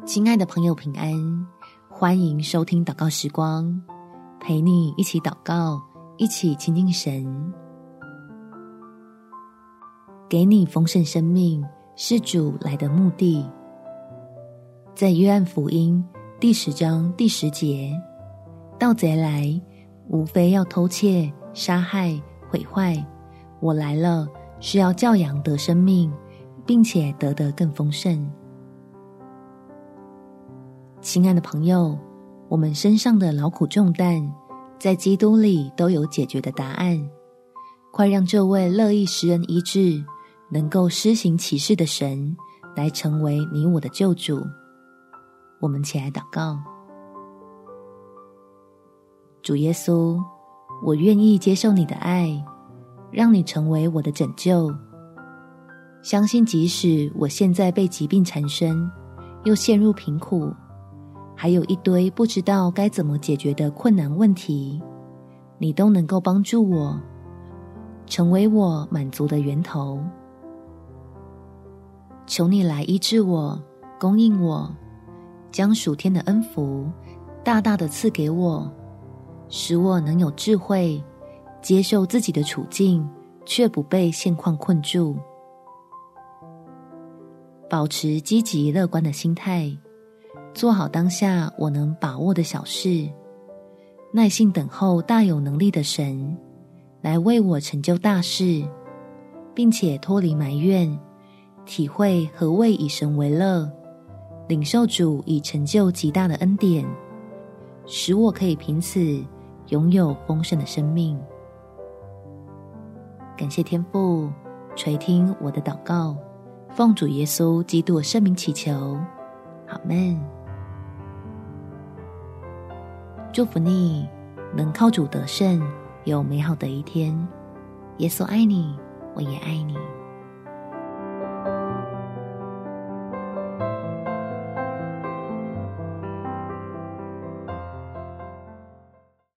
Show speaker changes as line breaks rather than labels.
亲爱的朋友平安，欢迎收听祷告时光，陪你一起祷告，一起亲近神。给你丰盛生命是主来的目的。在约翰福音第10章第10节，盗贼来，无非要偷窃、杀害、毁坏，我来了，是要叫羊得生命，并且得的更丰盛。亲爱的朋友，我们身上的劳苦重担，在基督里都有解决的答案。快让这位乐意施恩医治、能够施行奇事的神，来成为你我的救主。我们起来祷告。主耶稣，我愿意接受你的爱，让你成为我的拯救。相信即使我现在被疾病缠身，又陷入贫苦，还有一堆不知道该怎么解决的困难问题，你都能够帮助我，成为我满足的源头。求你来医治我，供应我，将属天的恩福大大的赐给我，使我能有智慧，接受自己的处境，却不被现况困住。保持积极乐观的心态，做好当下我能把握的小事，耐心等候大有能力的神来为我成就大事，并且脱离埋怨，体会何谓以神为乐，领受主已成就极大的恩典，使我可以凭此拥有丰盛的生命。感谢天父垂听我的祷告，奉主耶稣基督的圣名祈求，阿们。祝福你能靠主得胜，有美好的一天。耶稣爱你，我也爱你。